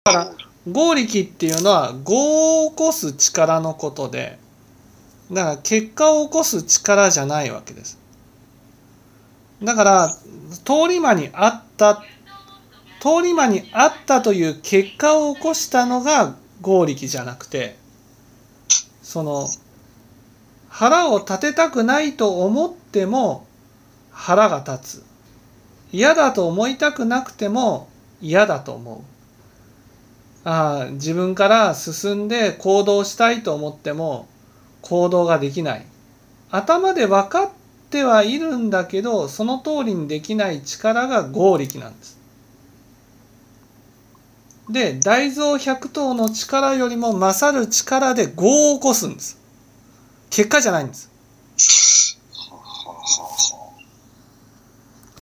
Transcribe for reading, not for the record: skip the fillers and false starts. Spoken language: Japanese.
合力っていうのは業を起こす力のことで、だから結果を起こす力じゃないわけです。だから通り魔にあったという結果を起こしたのが合力じゃなくて、その腹を立てたくないと思っても腹が立つ、嫌だと思いたくなくても嫌だと思う、自分から進んで行動したいと思っても行動ができない、頭で分かってはいるんだけどその通りにできない力が合力なんです。で、大蔵百頭の力よりも勝る力で業を起こすんです。結果じゃないんです。